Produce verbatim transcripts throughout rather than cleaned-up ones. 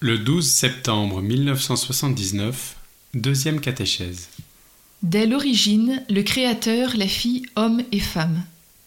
Le douze septembre mille neuf cent soixante-dix-neuf, deuxième catéchèse. Dès l'origine, le Créateur les fit hommes et femmes.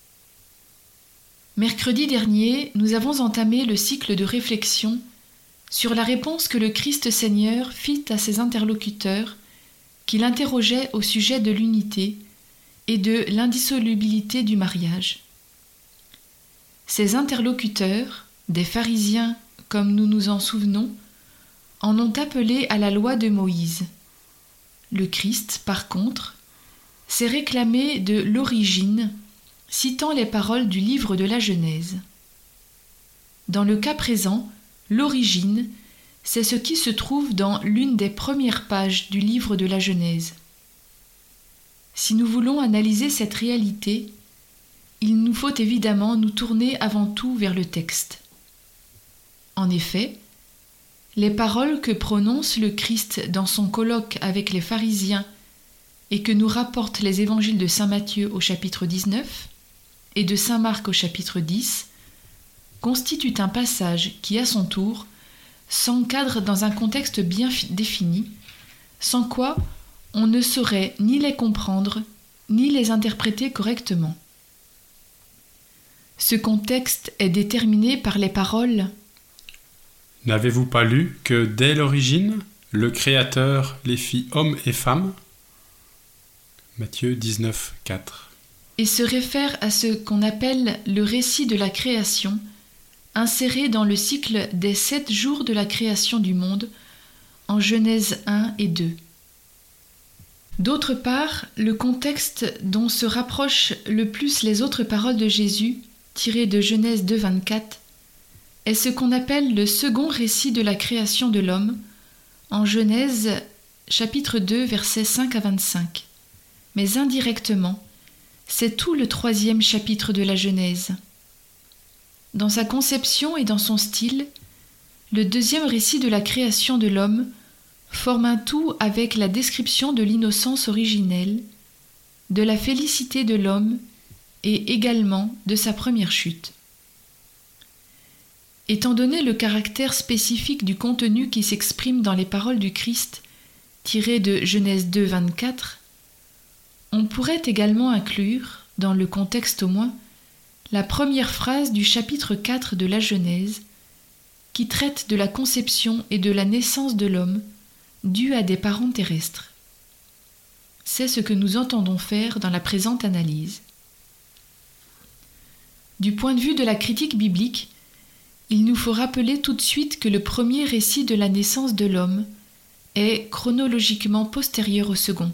Mercredi dernier, nous avons entamé le cycle de réflexion sur la réponse que le Christ Seigneur fit à ses interlocuteurs qui l'interrogeaient au sujet de l'unité et de l'indissolubilité du mariage. Ces interlocuteurs, des pharisiens comme nous nous en souvenons, en ont appelé à la loi de Moïse. Le Christ, par contre, s'est réclamé de l'origine, citant les paroles du livre de la Genèse. Dans le cas présent, l'origine, c'est ce qui se trouve dans l'une des premières pages du livre de la Genèse. Si nous voulons analyser cette réalité, il nous faut évidemment nous tourner avant tout vers le texte. En effet, les paroles que prononce le Christ dans son colloque avec les pharisiens et que nous rapportent les évangiles de saint Matthieu au chapitre dix-neuf et de saint Marc au chapitre dix constituent un passage qui, à son tour, s'encadre dans un contexte bien défini, sans quoi on ne saurait ni les comprendre ni les interpréter correctement. Ce contexte est déterminé par les paroles « N'avez-vous pas lu que dès l'origine, le Créateur les fit hommes et femmes » Matthieu dix-neuf, quatre. Et se réfère à ce qu'on appelle le récit de la création, inséré dans le cycle des sept jours de la création du monde, en Genèse un et deux. D'autre part, le contexte dont se rapprochent le plus les autres paroles de Jésus, tirées de Genèse deux, vingt-quatre, est ce qu'on appelle le second récit de la création de l'homme, en Genèse chapitre deux, versets cinq à vingt-cinq. Mais indirectement, c'est tout le troisième chapitre de la Genèse. Dans sa conception et dans son style, le deuxième récit de la création de l'homme forme un tout avec la description de l'innocence originelle, de la félicité de l'homme et également de sa première chute. Étant donné le caractère spécifique du contenu qui s'exprime dans les paroles du Christ, tirées de Genèse deux, vingt-quatre, on pourrait également inclure, dans le contexte au moins, la première phrase du chapitre quatre de la Genèse, qui traite de la conception et de la naissance de l'homme, due à des parents terrestres. C'est ce que nous entendons faire dans la présente analyse. Du point de vue de la critique biblique, il nous faut rappeler tout de suite que le premier récit de la naissance de l'homme est chronologiquement postérieur au second.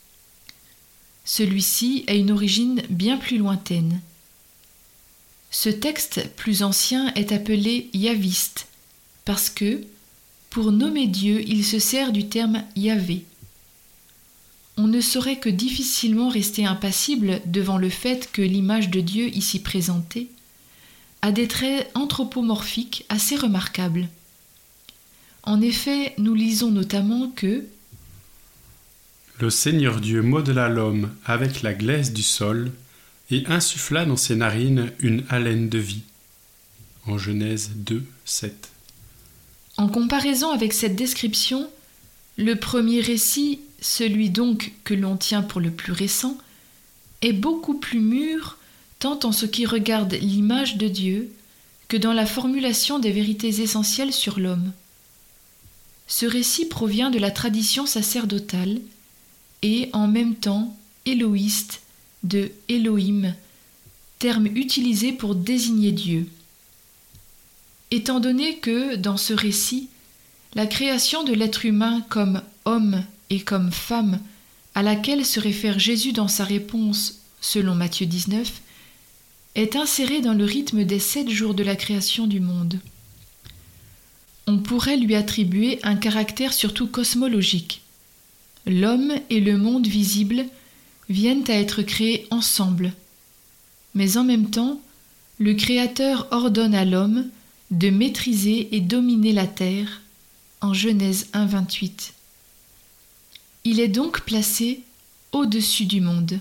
Celui-ci a une origine bien plus lointaine. Ce texte plus ancien est appelé Yaviste, parce que, pour nommer Dieu, il se sert du terme Yahvé. On ne saurait que difficilement rester impassible devant le fait que l'image de Dieu ici présentée a des traits anthropomorphiques assez remarquables. En effet, nous lisons notamment que « Le Seigneur Dieu modela l'homme avec la glaise du sol et insuffla dans ses narines une haleine de vie. » En Genèse deux, sept. En comparaison avec cette description, le premier récit, celui donc que l'on tient pour le plus récent, est beaucoup plus mûr tant en ce qui regarde l'image de Dieu que dans la formulation des vérités essentielles sur l'homme. Ce récit provient de la tradition sacerdotale et en même temps éloïste de Elohim, terme utilisé pour désigner Dieu. Étant donné que, dans ce récit, la création de l'être humain comme homme et comme femme, à laquelle se réfère Jésus dans sa réponse, selon Matthieu dix-neuf, est insérée dans le rythme des sept jours de la création du monde. On pourrait lui attribuer un caractère surtout cosmologique. L'homme et le monde visible viennent à être créés ensemble, mais en même temps, le Créateur ordonne à l'homme de maîtriser et dominer la terre, en Genèse un, vingt-huit. Il est donc placé au-dessus du monde.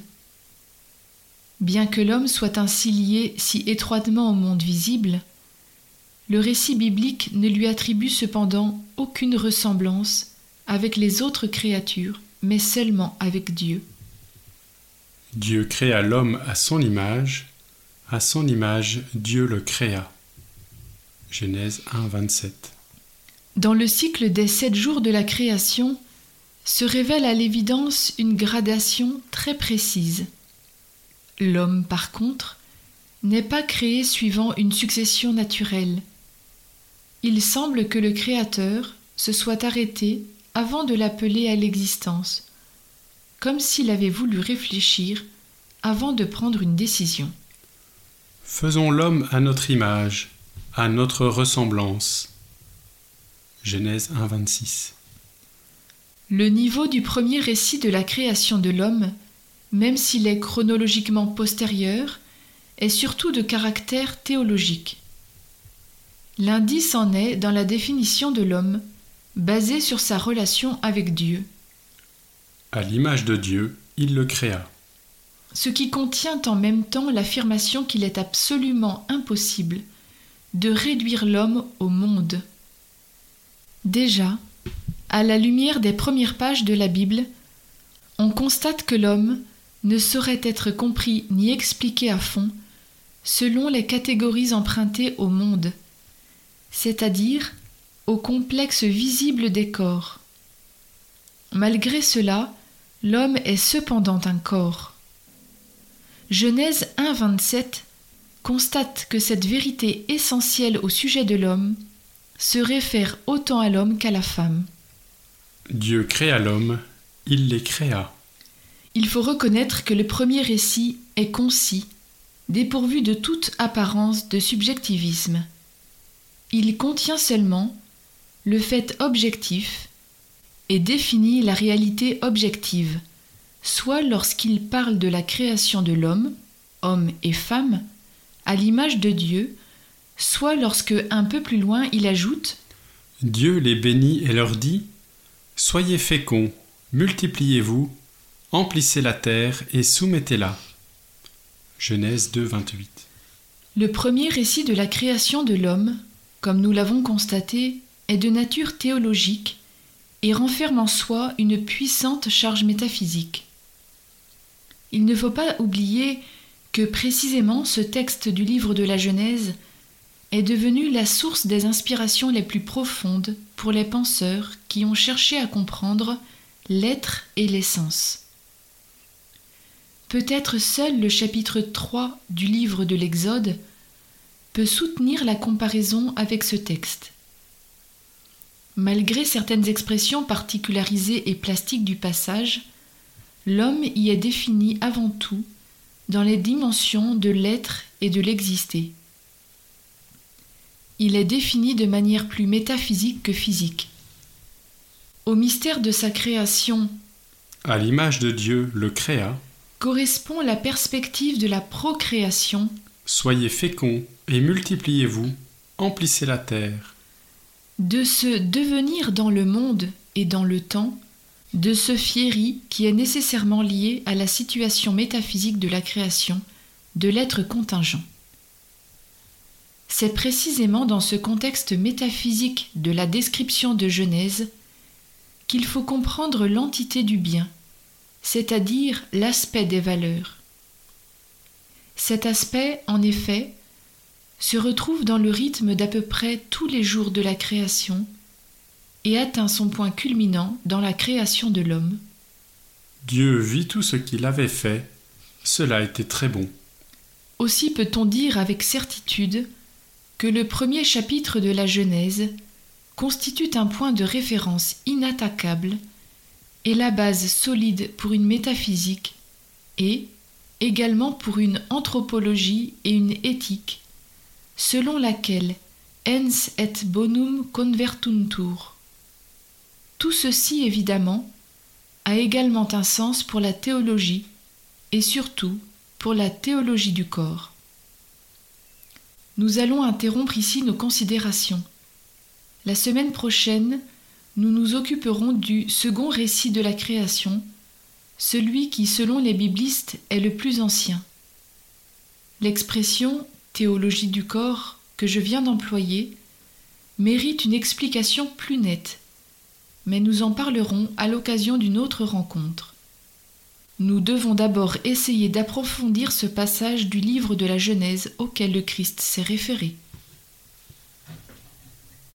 Bien que l'homme soit ainsi lié si étroitement au monde visible, le récit biblique ne lui attribue cependant aucune ressemblance avec les autres créatures, mais seulement avec Dieu. Dieu créa l'homme à son image, à son image Dieu le créa. Genèse un, vingt-sept. Dans le cycle des sept jours de la création, se révèle à l'évidence une gradation très précise. L'homme, par contre, n'est pas créé suivant une succession naturelle. Il semble que le Créateur se soit arrêté avant de l'appeler à l'existence, comme s'il avait voulu réfléchir avant de prendre une décision. Faisons l'homme à notre image, à notre ressemblance. Genèse un, vingt-six. Le niveau du premier récit de la création de l'homme, même s'il est chronologiquement postérieur, est surtout de caractère théologique. L'indice en est dans la définition de l'homme, basée sur sa relation avec Dieu. À l'image de Dieu, il le créa. Ce qui contient en même temps l'affirmation qu'il est absolument impossible de réduire l'homme au monde. Déjà, à la lumière des premières pages de la Bible, on constate que l'homme ne saurait être compris ni expliqué à fond selon les catégories empruntées au monde, c'est-à-dire au complexe visible des corps. Malgré cela, l'homme est cependant un corps. Genèse un, vingt-sept constate que cette vérité essentielle au sujet de l'homme se réfère autant à l'homme qu'à la femme. Dieu créa l'homme, il les créa. Il faut reconnaître que le premier récit est concis, dépourvu de toute apparence de subjectivisme. Il contient seulement le fait objectif et définit la réalité objective, soit lorsqu'il parle de la création de l'homme, homme et femme, à l'image de Dieu, soit lorsque, un peu plus loin, il ajoute « Dieu les bénit et leur dit « Soyez féconds, multipliez-vous, emplissez la terre et soumettez-la. » Genèse deux, vingt-huit. Le premier récit de la création de l'homme, comme nous l'avons constaté, est de nature théologique et renferme en soi une puissante charge métaphysique. Il ne faut pas oublier que précisément ce texte du livre de la Genèse est devenu la source des inspirations les plus profondes pour les penseurs qui ont cherché à comprendre l'être et l'essence. Peut-être seul le chapitre trois du livre de l'Exode peut soutenir la comparaison avec ce texte. Malgré certaines expressions particularisées et plastiques du passage, l'homme y est défini avant tout dans les dimensions de l'être et de l'exister. Il est défini de manière plus métaphysique que physique. Au mystère de sa création, à l'image de Dieu le créa, correspond la perspective de la procréation. Soyez féconds et multipliez-vous, emplissez la terre. De ce devenir dans le monde et dans le temps, de ce fieri qui est nécessairement lié à la situation métaphysique de la création, de l'être contingent. C'est précisément dans ce contexte métaphysique de la description de Genèse qu'il faut comprendre l'entité du bien, c'est-à-dire l'aspect des valeurs. Cet aspect, en effet, se retrouve dans le rythme d'à peu près tous les jours de la création et atteint son point culminant dans la création de l'homme. Dieu vit tout ce qu'il avait fait, cela était très bon. Aussi peut-on dire avec certitude que le premier chapitre de la Genèse constitue un point de référence inattaquable et la base solide pour une métaphysique et également pour une anthropologie et une éthique, selon laquelle ens et bonum convertuntur. Tout ceci, évidemment, a également un sens pour la théologie et surtout pour la théologie du corps. Nous allons interrompre ici nos considérations. La semaine prochaine, nous nous occuperons du second récit de la création, celui qui, selon les biblistes, est le plus ancien. L'expression « théologie du corps » que je viens d'employer mérite une explication plus nette, mais nous en parlerons à l'occasion d'une autre rencontre. Nous devons d'abord essayer d'approfondir ce passage du livre de la Genèse auquel le Christ s'est référé.